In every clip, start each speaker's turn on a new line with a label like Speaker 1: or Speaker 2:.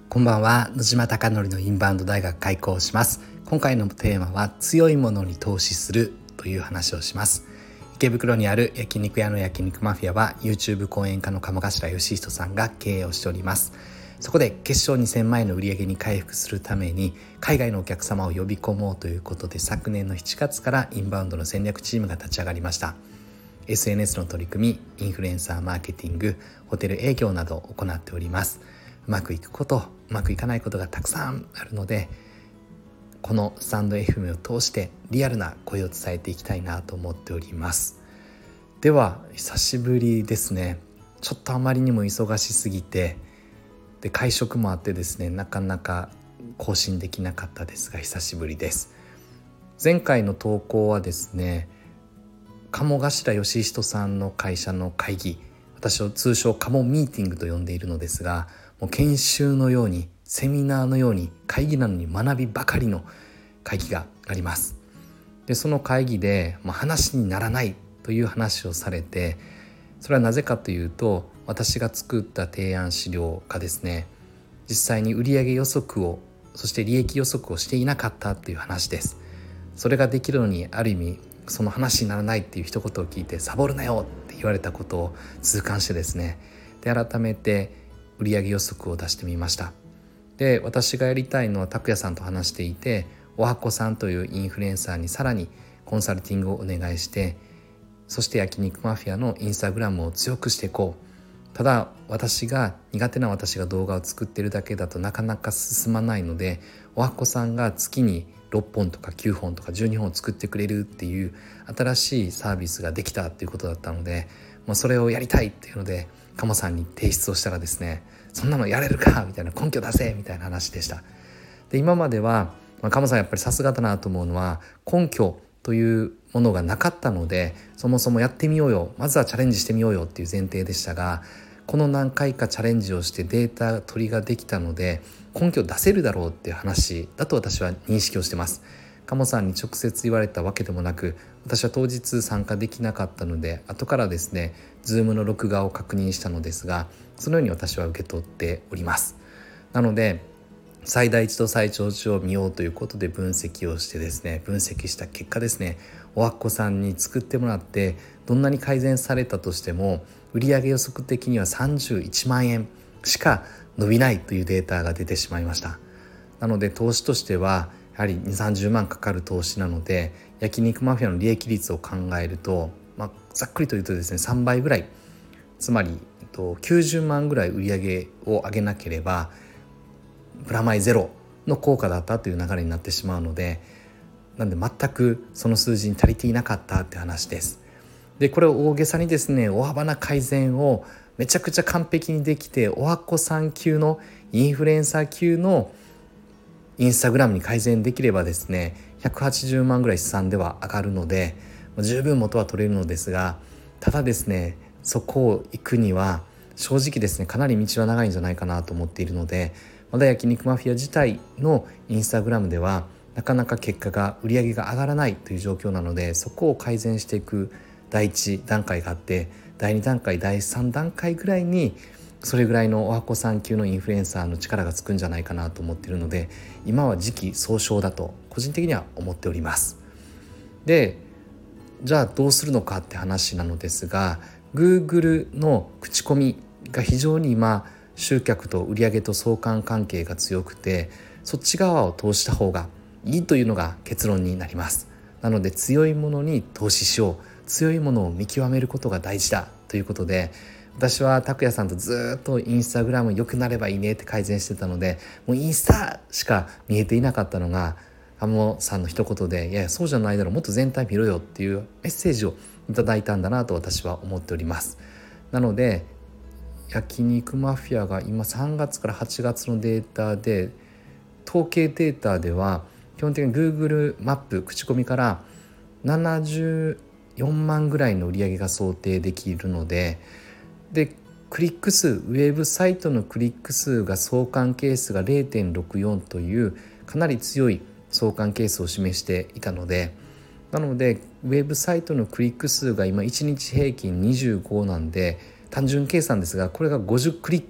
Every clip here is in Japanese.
Speaker 1: こんばんは。野島貴則のインバウンド大学開講します。今回のテーマは強いものに投資するという話をします。池袋にある焼肉屋の焼肉マフィアは YouTube 講演家の鴨頭義人さんが経営をしております。そこで月賞2000万円の売り上げに回復するために海外のお客様を呼び込もうということで、昨年の7月からインバウンドの戦略チームが立ち上がりました。 SNS の取り組み、インフルエンサーマーケティング、ホテル営業などを行っております。うまくいくこと、うまくいかないことがたくさんあるので、このスタンド FM を通してリアルな声を伝えていきたいなと思っております。では久しぶりですね。ちょっとあまりにも忙しすぎて、で会食もあってですね、なかなか更新できなかったですが久しぶりです。前回の投稿はですね、鴨頭義人さんの会社の会議、私を通称鴨ミーティングと呼んでいるのですが、もう研修のようにセミナーのように会議なのに学びばかりの会議があります。でその会議で、話にならないという話をされて、それはなぜかというと、私が作った提案資料がですね、実際に売上予測を、そして利益予測をしていなかったという話です。それができるのに、ある意味その話にならないっていう一言を聞いて、サボるなよって言われたことを痛感してですね、で改めて売上予測を出してみました。で私がやりたいのは、拓也さんと話していて、おはこさんというインフルエンサーにさらにコンサルティングをお願いして、そして焼肉マフィアのインスタグラムを強くしていこう。ただ苦手な私が動画を作っているだけだとなかなか進まないので、おはこさんが月に6本とか9本とか12本作ってくれるっていう新しいサービスができたっていうことだったので、もうそれをやりたいっていうので鴨さんに提出をしたらですね、そんなのやれるかみたいな、根拠出せみたいな話でした。で今までは、鴨さんやっぱりさすがだなと思うのは、根拠というものがなかったので、そもそもやってみようよ、まずはチャレンジしてみようよっていう前提でしたが、この何回かチャレンジをしてデータ取りができたので、根拠出せるだろうっていう話だと私は認識をしてます。鴨さんに直接言われたわけでもなく、私は当日参加できなかったので、後からですね Zoom の録画を確認したのですが、そのように私は受け取っております。なので最大値と最長値を見ようということで分析をしてですね、分析した結果ですね、おわっこさんに作ってもらって、どんなに改善されたとしても売上予測的には31万円しか伸びないというデータが出てしまいました。なので投資としてはやはり2、30万かかる投資なので、焼肉マフィアの利益率を考えると、ざっくりと言うとですね、3倍ぐらい、つまり90万ぐらい売上を上げなければプラマイゼロの効果だったという流れになってしまうので、なんで全くその数字に足りていなかったって話です。でこれを大げさにですね、大幅な改善をめちゃくちゃ完璧にできて、おはこさん級のインフルエンサー級のインスタグラムに改善できればですね、180万ぐらい資産では上がるので、十分元は取れるのですが、ただですね、そこを行くには正直ですね、かなり道は長いんじゃないかなと思っているので、まだ焼肉マフィア自体のインスタグラムではなかなか結果が、売り上げが上がらないという状況なので、そこを改善していく第一段階があって、第2段階第3段階ぐらいにそれぐらいのおはこさん級のインフルエンサーの力がつくんじゃないかなと思っているので、今は時期尚早だと個人的には思っております。でじゃあどうするのかって話なのですが、 Google の口コミが非常に今集客と売上と相関関係が強くて、そっち側を通した方がいいというのが結論になります。なので強いものに投資しよう、強いものを見極めることが大事だということで、私は拓也さんとずっとインスタグラム良くなればいいねって改善してたので、もうインスタしか見えていなかったのが、鴨さんの一言で、いやそうじゃないだろう、もっと全体見ろよっていうメッセージをいただいたんだなと私は思っております。なので焼肉マフィアが今3月から8月のデータで、統計データでは基本的に Google マップ口コミから74万ぐらいの売り上げが想定できるので、クリック数、ウェブサイトのクリック数が相関係数が 0.64 というかなり強い相関係数を示していたので、なのでウェブサイトのクリック数が今1日平均25なんで、単純計算ですがこれが50クリック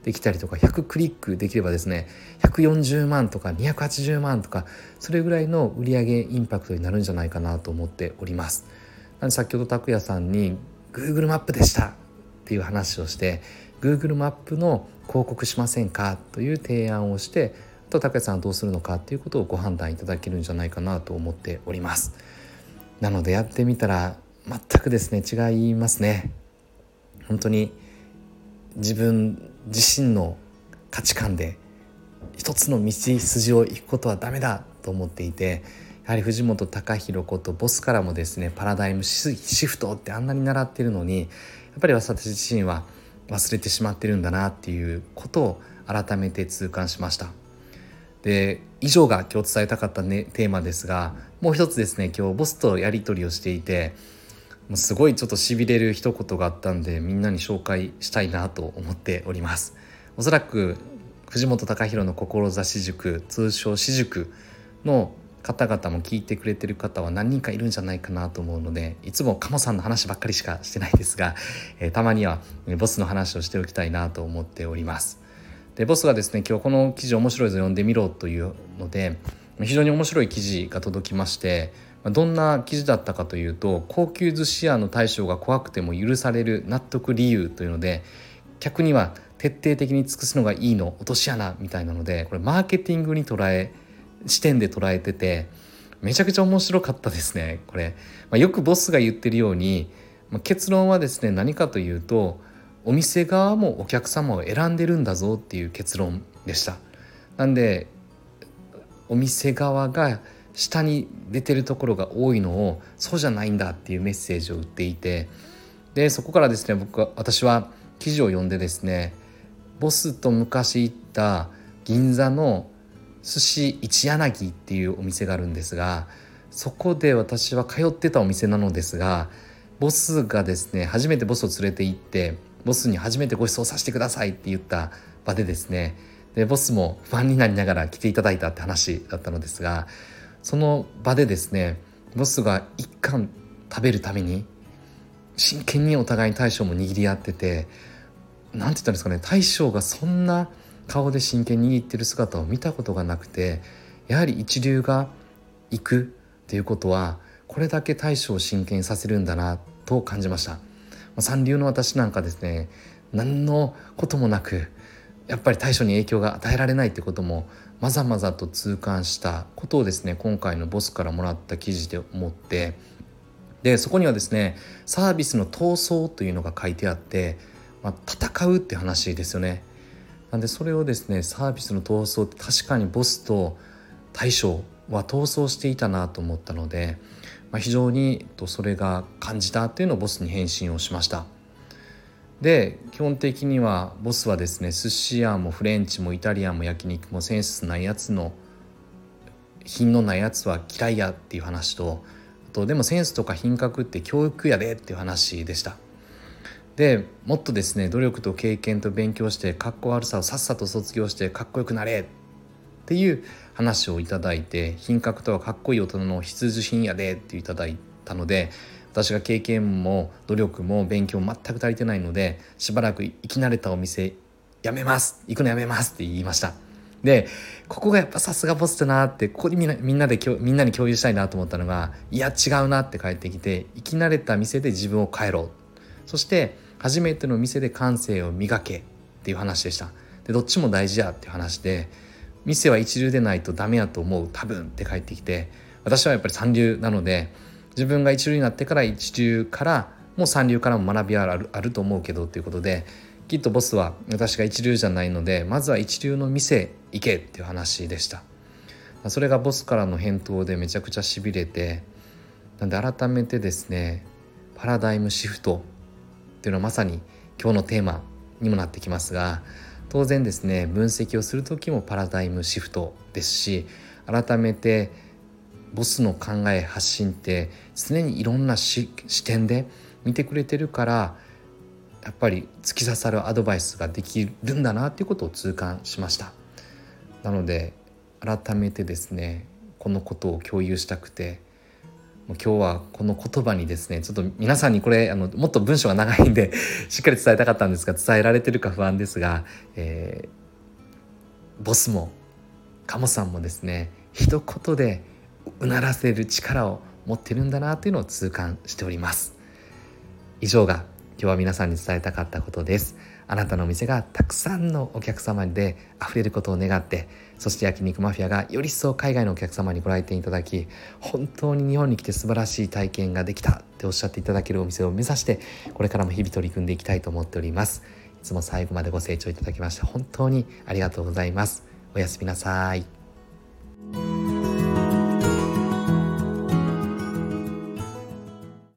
Speaker 1: できたりとか100クリックできればですね140万とか280万とかそれぐらいの売上インパクトになるんじゃないかなと思っております。なので先ほど拓也さんに Google マップでしたっていう話をして Google マップの広告しませんかという提案をして拓也さんはどうするのかということをご判断いただけるんじゃないかなと思っております。なのでやってみたら全くですね違いますね。本当に自分自身の価値観で一つの道筋を行くことはダメだと思っていて、やはり藤本隆弘ことボスからもですねパラダイムシフトってあんなに習っているのにやっぱり私自身は忘れてしまってるんだなっていうことを改めて痛感しました。で以上が今日伝えたかった、テーマですが、もう一つですね今日ボスとやり取りをしていてもうすごいちょっと痺れる一言があったんでみんなに紹介したいなと思っております。おそらく藤本隆弘の志塾通称私塾の方々も聞いてくれてる方は何人かいるんじゃないかなと思うので、いつも鴨さんの話ばっかりしかしてないですが、たまにはボスの話をしておきたいなと思っております。でボスがですね今日この記事面白いぞ読んでみろというので非常に面白い記事が届きまして、どんな記事だったかというと、高級寿司屋の大将が怖くても許される納得理由というので、客には徹底的に尽くすのがいいの落とし穴みたいなので、これマーケティングに視点で捉えててめちゃくちゃ面白かったですねこれ。よくボスが言ってるように、結論はですね何かというとお店側もお客様を選んでるんだぞっていう結論でした。なんでお店側が下に出てるところが多いのをそうじゃないんだっていうメッセージを打っていて、でそこからですね私は記事を読んでですね、ボスと昔行った銀座の寿司一柳っていうお店があるんですが、そこで私は通ってたお店なのですが、ボスがですね初めてボスを連れて行ってボスに初めてご馳走させてくださいって言った場でですね、でボスもファンになりながら来ていただいたって話だったのですが、その場でですねボスが一貫食べるために真剣にお互いに大将も握り合ってて、なんて言ったんですかね、大将がそんな顔で真剣に握ってる姿を見たことがなくて、やはり一流が行くっていうことはこれだけ大将を真剣にさせるんだなと感じました。三流の私なんかですね何のこともなくやっぱり大将に影響が与えられないってこともまざまざと痛感したことをですね今回のボスからもらった記事で思って、でそこにはですねサービスの闘争というのが書いてあって、戦うって話ですよね。なんでそれをですねサービスの闘争って確かにボスと大将は闘争していたなと思ったので、非常にそれが感じたっていうのをボスに返信をしました。で基本的にはボスはですね寿司屋もフレンチもイタリアンも焼肉もセンスないやつの品のないやつは嫌いやっていう話と、あとでもセンスとか品格って教育やでっていう話でした。でもっとですね努力と経験と勉強してかっこ悪さをさっさと卒業してかっこよくなれっていう話をいただいて、品格とはかっこいい大人の必需品やでっていただいたので、私が経験も努力も勉強も全く足りてないのでしばらく行き慣れたお店やめます、行くのやめますって言いました。でここがやっぱさすがボスだなって、ここにみんなに共有したいなと思ったのが、いや違うなって帰ってきて、行き慣れた店で自分を変えろ、そして初めての店で感性を磨けっていう話でした。でどっちも大事やっていう話で、店は一流でないとダメやと思う多分って帰ってきて、私はやっぱり三流なので自分が一流になってから一流からもう三流からも学びはあると思うけどっていうことで、きっとボスは私が一流じゃないのでまずは一流の店行けっていう話でした。それがボスからの返答でめちゃくちゃしびれて、なんで改めてですねパラダイムシフトっていうのはまさに今日のテーマにもなってきますが、当然ですね分析をする時もパラダイムシフトですし、改めてボスの考え発信って常にいろんな視点で見てくれてるから、やっぱり突き刺さるアドバイスができるんだなっていうことを痛感しました。なので改めてですねこのことを共有したくて、 もう今日はこの言葉にですね、ちょっと皆さんにこれもっと文章が長いんでしっかり伝えたかったんですが、伝えられてるか不安ですが、ボスもカモさんもですね、一言でうならせる力を持ってるんだなというのを痛感しております。以上が今日は皆さんに伝えたかったことです。あなたのお店がたくさんのお客様で溢れることを願って、そして焼肉マフィアがより一層海外のお客様にご来店いただき、本当に日本に来て素晴らしい体験ができたっておっしゃっていただけるお店を目指して、これからも日々取り組んでいきたいと思っております。いつも最後までご清聴いただきまして本当にありがとうございます。おやすみなさい。